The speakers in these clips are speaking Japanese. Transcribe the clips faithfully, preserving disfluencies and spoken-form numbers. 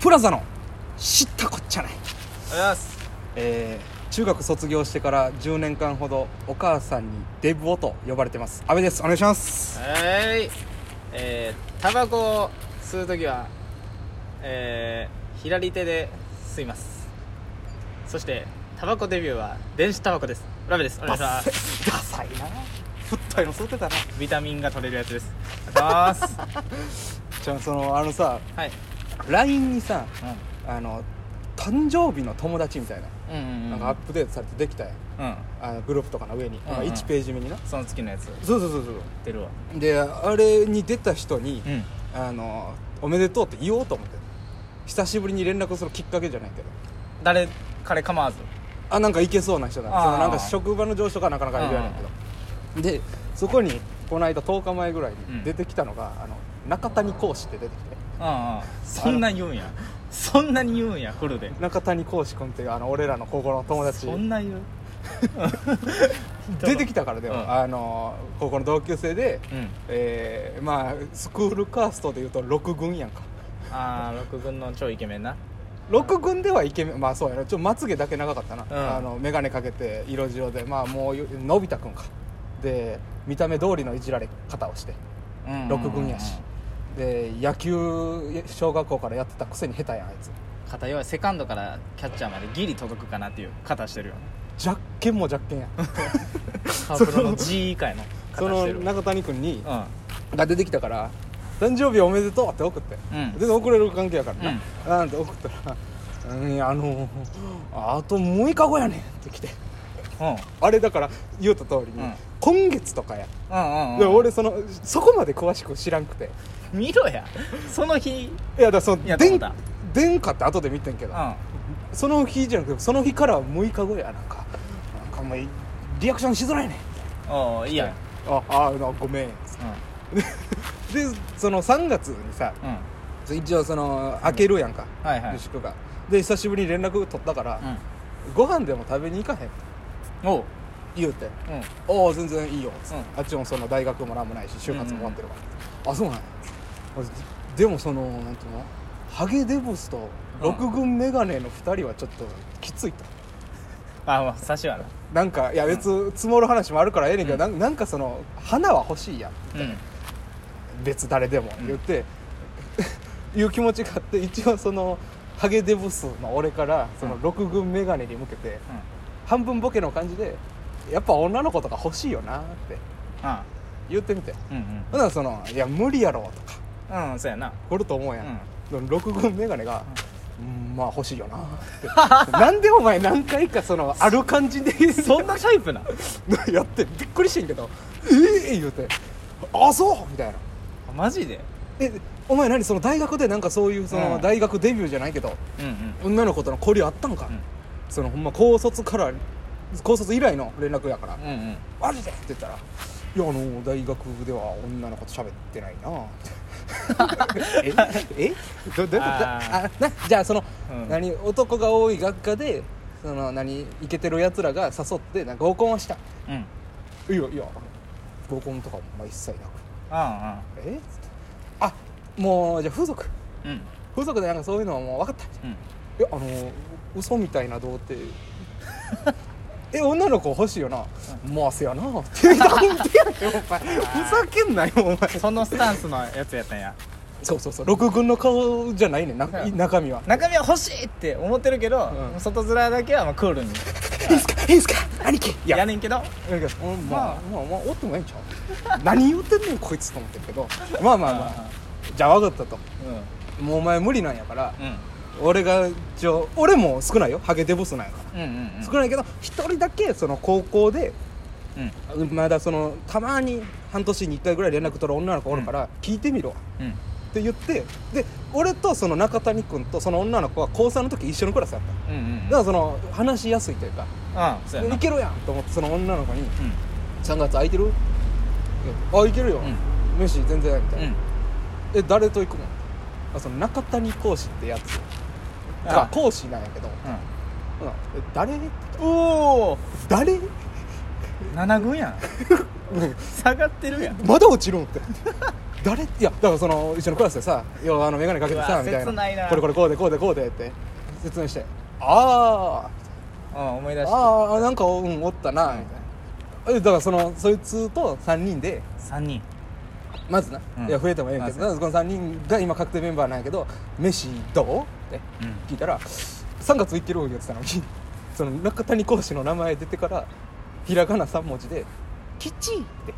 プラザの知ったこっちゃない。 ありがとうございます。 えー、中学卒業してからじゅうねんかんほどお母さんにデブオと呼ばれてます阿部です。お願いします。 はい、えー、タバコを吸うときは、えー、左手で吸います。そしてタバコデビューは電子タバコです。ラベです。お願いします。 ダサいな。ふったいの吸ってたな。 ビタミンが取れるやつです。お願いします。 じゃあそのあのさ、 はい、 ライン にさ、 うん、 あの誕生日の友達みたいな、 うんうんうん、 なんかアップデートされてできたやん、うん、あのグループとかの上に、うんうん、いちページ目になその月のやつそうそうそうそう出るわ。 であれに出た人に、 うん、 あのおめでとうって言おうと思って久しぶりに連絡するきっかけじゃないけど誰彼構わずあなんかいけそうな人だそのなんか職場の上司とかなかなかいるやねんけどでそこにこの間とおかまえぐらいに出てきたのが、うん、あの中谷講師って出てきてああそんな言うんやそんなに言うんやフルで中谷講師君っていうあの俺らの高校の友達そんな言う出てきたからでも、うん、あの高校の同級生で、 うんえー、まあスクールカーストでいうとろく軍やんか。 ああろく軍の超イケメンなろく軍ではイケメンまあそうやなちょっとまつげだけ長かったな、 うん、 あの眼鏡かけて色白でまあもうのび太くんかで見た目通りのいじられ方をして、うんうんうんうん、ろく軍やしで野球小学校からやってたくせに下手やんあいつ肩弱いセカンドからキャッチャーまでギリ届くかなっていう肩してるよね。 弱肩も弱肩やカープロの G 以下やなその中谷君に、うん、が出てきたから誕生日おめでとうって送って、うん、全然送れる関係やからな、うん、なんて送ったら、うん、あのあとむいかごやねんって来て、うん、あれだから言うた通りに、うん、今月とかや、うんうんうん、で俺そのそこまで詳しく知らんくて見ろやその日いやだからその電電化って後で見てんけど、うん、その日じゃなくてその日からむいかごやなんかなんかもうリアクションしづらいねんああいいやああごめん、うんでそのさんがつにさ、うん、一応その開けるやんか、うんはいはい、自粛がで久しぶりに連絡取ったから、うん、ご飯でも食べに行かへんおう言うて、うん、おお全然いいよ、うん、あっちもその大学もなんもないし就活も終わってるから、うんうん、あそうなんやでもそのなんていうのハゲデブスと六軍メガネのふたりはちょっときついと、 うん、あまあ差しはななんかいや別、うん、積もる話もあるからええねんけど、うん、な, なんかその花は欲しいやんみたいな、うん別誰でも言って、うん、いう気持ちがあって一応そのハゲデブスの俺からそのろく軍メガネに向けて、うん、半分ボケの感じでやっぱ女の子とか欲しいよなって言ってみて、うんうん、ほなそのいや無理やろとかうんそうやな来ると思うやん、うん、ろく軍メガネが、うん、まあ欲しいよなってなんでお前何回かそのある感じでそんなタイプなやってびっくりしてんけどええー、言うてあそうみたいなマジでえお前何その大学でなんかそういうその大学デビューじゃないけど、うんうん、女の子との交流あったのか、うん、そのほんま高卒から高卒以来の連絡やから、うんうん、マジでって言ったらいやあの大学では女の子と喋ってないなええどどああなじゃあその、うん、何男が多い学科でその何イケてるやつらが誘ってなんか合コンをした、うん、いやいや合コンとかもまあ一切なくああえあもうじゃあ風俗、うん、風俗でなんかそういうのはもう分かった、うん、いやあの嘘みたいな童貞え女の子欲しいよな、うん、まあせやなってなんでやねんお前ふざけんなよお前そのスタンスのやつやったんやそうそうそうろく軍の顔じゃないねんな中身は中身は欲しいって思ってるけど、うん、外面だけはまあクールにいいんすかいいんすか兄貴いややねんけど、 うん、まあまあまあ、まあ、おってもええんちゃう何言ってんねんこいつと思ってるけどまあまあまあじゃあ分かったと、うん、もうお前無理なんやから、うん、俺が一応俺も少ないよハゲデブスなんやから、うんうんうん、少ないけど一人だけその高校で、うん、まだそのたまに半年にいっかいぐらい連絡取る女の子おるから、うん、聞いてみろ、うん、って言ってで俺とその中谷君とその女の子は高さんの時一緒のクラスやった、うんうん、だからその話しやすいというかああそうやないけるやんと思ってその女の子に、うん、さんがつ空いてるあいけるよ、うん、飯全然みたいな、うん、え誰と行くのあその中谷講師ってやつが講師なんやけど、うん、え誰おお誰なな軍やん下がってるやんまだ落ちるんって誰いやだからその一緒のクラスでさ要はあの眼鏡かけてさみたいな, ないなこれこれこうでこうでこうでって説明してああ思い出あしてああなんか、うん、おったなみたいなだからそのそいつとさんにんでさんにんまずな、うん、いや増えてもええけど、まずこのさんにんが今確定メンバーなんやけど飯どうって聞いたら、うん、さんがつ行ける言ってたのにその中谷講師の名前出てからひらがなさん文字でキッチーって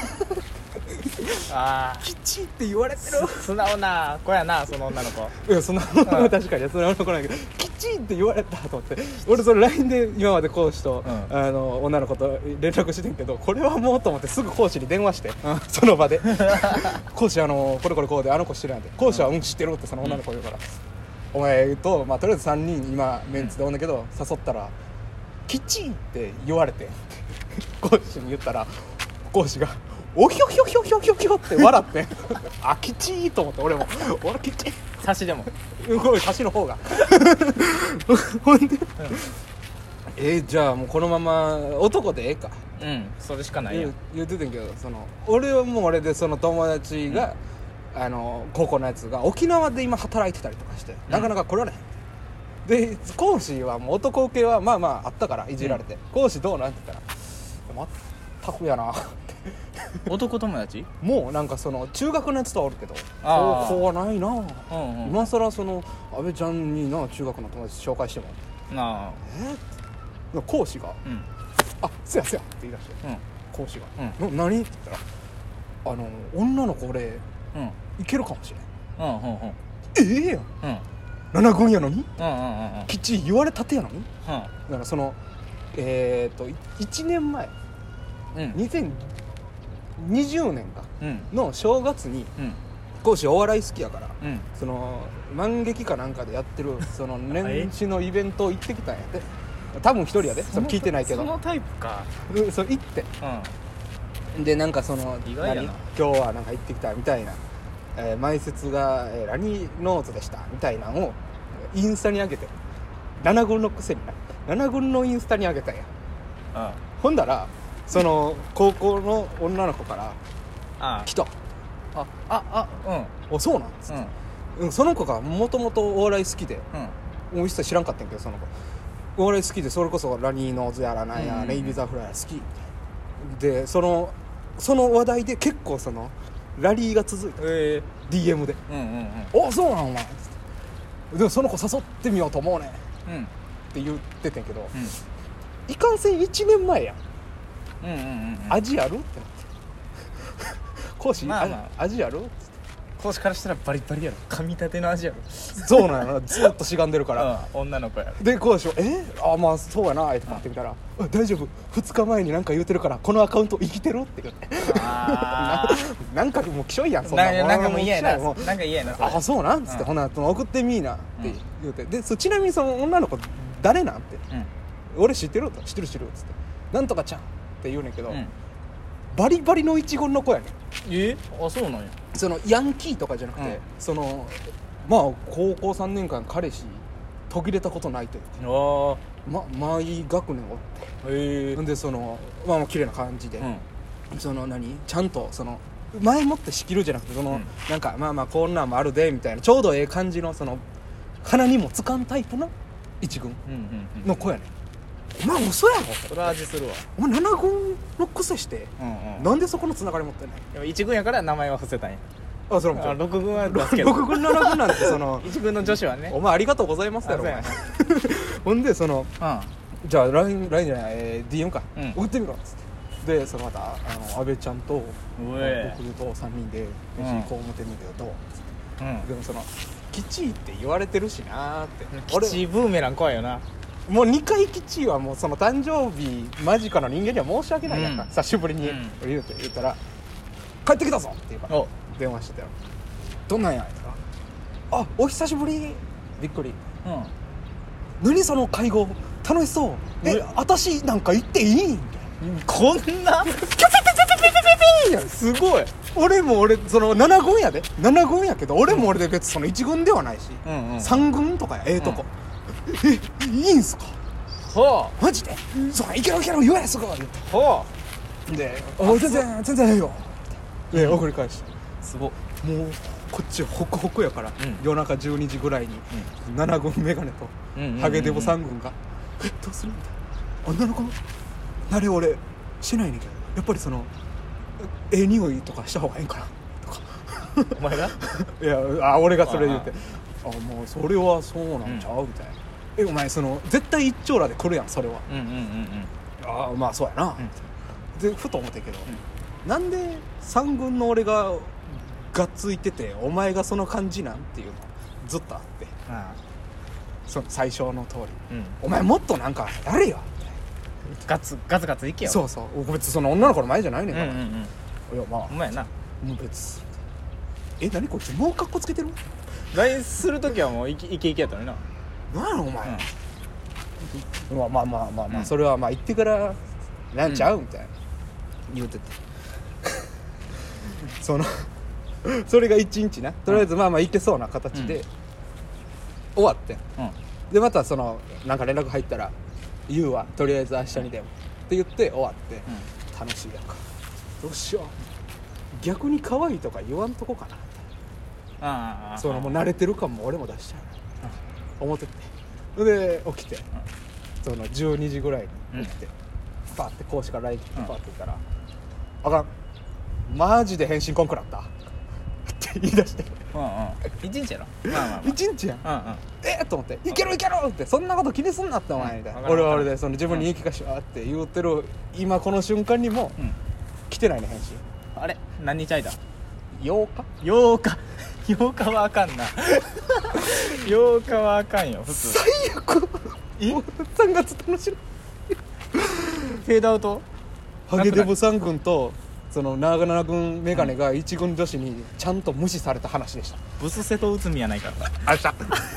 あキッチーって言われてる素直な子やなその女の子いやそんな確かにその女の子なんやけどキッチーって言われたと思って俺それ ライン で今まで講師と、うん、あの女の子と連絡してんけどこれはもうと思ってすぐ講師に電話して、うん、その場で講師あのこれこれこうであの子知らんで講師はうん知ってるってその女の子言うから、うん、お前と、まあ、とりあえずさんにん今メンツでおんだけど、うん、誘ったらキッチーって言われて講師に言ったら講師がおひょひょひょひょひょひょって笑ってあキッチーと思って俺も俺キッチー差しでもこれ差しの方がほんで、うん、えー、じゃあもうこのまま男でええかうんそれしかないよ言ってたんけどその俺はもう俺でその友達が、うん、あの高校のやつが沖縄で今働いてたりとかして、うん、なかなか来られへんで講師はもう男受けはまあまああったからいじられて、うん、講師どうなんって言ったら全くやな男友達もうなんかその中学のやつとはおるけど高校はないな、うんうん、今更その安倍ちゃんにな中学の友達紹介してもなあえ講師が、うん、あせやせやって言い出して、うん、講師が、うん、何って言ったらあの女の子俺、うん、いけるかもしれん、うんうんうん、ええやん、うんなな軍やのに、うんうんうんうん、きっちり言われたてやのに、うん、だからそのえー、っといちねんまえ、うん、にせんにじゅうねんか、うん、の正月に、うん、講師お笑い好きやから、うん、その満劇かなんかでやってるその年始のイベント行ってきたんやって多分一人やでその聞いてないけどそのタイプか、 うん、それ行って、うん、でなんかその意外やな今日はなんか行ってきたみたいなえー、前説が、えー、ラニーノーズでしたみたいなのをインスタに上げてなな軍のくせにななな軍のインスタに上げたんや、ああほんだらその高校の女の子からああ来たあああうんおそうなんつって、うん、その子がもともとお笑い好きで、うん、もう一切知らんかったんやけどその子お笑い好きでそれこそラニーノーズやらなんや、うん、レイビーザフライヤー好きでそのその話題で結構そのラリーが続いて、えー、ディーエム で、うんうんうん、おそうなんお前でもその子誘ってみようと思うね、うん、って言っててんけど、うん、いかんせんいちねんまえやん、うんうんうんうん、味あるってなって講師、まあまあ、味あるって講師からしたらバリバリやろ噛み立ての味やろそうなんやなずっとしがんでるから、 うん、女の子やで講師はえあまあそうやなって待ってみたら、うん、大丈夫ふつかまえに何か言うてるからこのアカウント生きてるって言ってあな, なんかもうきしょいやんそんなななんかもう嫌やななんか嫌やなあそうなんつって、うん、ほな送ってみーなって言うて、うん、でそちなみにその女の子誰なんって、うん、俺知ってる知ってる知ってるっつってなんとかちゃんって言うねんけど、うん、バリバリの一軍の子やねんえあそうなんやそのヤンキーとかじゃなくて、うん、そのまあ高校さんねんかん彼氏途切れたことないというかあ、ま、毎学年おってへえでそのまあ綺麗な感じで、うん、その何ちゃんとその前もって仕切るじゃなくてその、うん、なんかまあまあこんなんもあるでみたいなちょうどええ感じのその鼻にもつかんタイプの一軍の子やねん、お前嘘やろそれは味するわお前なな軍の癖して、うんうん、なんでそこのつながり持ってんのでもいち軍やから名前は伏せたんやあそれもろく軍は出すけどろく軍なな軍なんてそのいち軍の女子はねお前ありがとうございますやろお前ほんでその、うん、じゃあ ライン, ラインじゃない、えー、ディーエム か、うん、送ってみろっつってでそのまたあの安倍ちゃんと僕とさんにんで飯行こう思ってんねんけどどうっつって、うん、でもそのキチーって言われてるしなーってキチーブーメラン怖いよなもうにかいキチーはもうその誕生日間近の人間には申し訳ないやんか、うん、久しぶりに言うて言ったら帰ってきたぞっていうから電話してたよどんなんやとかあお久しぶりびっくり、うん、何その会合楽しそうえ私なんか行っていいんこんなキャピピピピピピピすごい俺も俺そのなな軍やでなな軍やけど俺も俺で別にそのいち軍ではないし、うんうん、さん軍とかやええとこ、うん、えいいんすかはあマジで、うん、そういけろいけろ言われすぐ言ってはあで全然全然ええよで送り返してすごっ。 もうこっちホクホクやから、 ん夜中じゅうにじぐらいになな軍メガネとうんうんうんうんハゲデブさん軍が「えどうする?」みたいな「女の子なれ俺しないねんけどやっぱりそのええ匂いとかした方がええんかな」とかお前がいやあ俺がそれ言って「あもうそれはそうなんちゃう?」みたいな「えお前その絶対一丁羅で来るやんそれは」 うんうんうんうんああまあそうやな、 うんでふと思ったけど、なんで三軍の俺ががっついててお前がその感じなんっていうのずっとあってあその最初の通り、 うんお前もっとなんかやれよガツガツガツいけよ。 そうそう別にその女の子の前じゃないねんから、 うんうんうんいやまあほんまやな。 もう別え何こいつもうカッコつけてるライン するときはもうイケイケイケやったのにな。 なんやのお前、まあまあまあまあまあ、 うんそれはまあ言ってからなんちゃう、みたいな言うててそのそれが一日なとりあえずまあまあいけそうな形で、 うん終わってんうんでまたそのなんか連絡入ったら言うわとりあえず明日にでもって言って終わって、楽しいやんかどうしよう逆に可愛いとか言わんとこかなああそのもう慣れてる感も俺も出しちゃう思っててで起きてそのじゅうにじぐらいに起きて、パーって講師から ライン 来てパーって言ったら「あかんマジで返信こんくなった」って言い出してうんうん一日やろ。まあまあまあ一日やんうんうんえっと思って「いけるいける!」ってそんなこと気にすんなってお前みたいな、 うんわかるわかる俺は俺でその自分に言い聞かしわって言ってる今この瞬間にもうん来てないね返信あれ何日空いた？ ようかようかようかはあかんなようかはあかんよ普通。 最悪えさんがつ楽しみフェードアウトハゲデブさん軍とその長々軍メガネが一軍女子にちゃんと無視された話でした。 ブス瀬戸内海やないか。 あした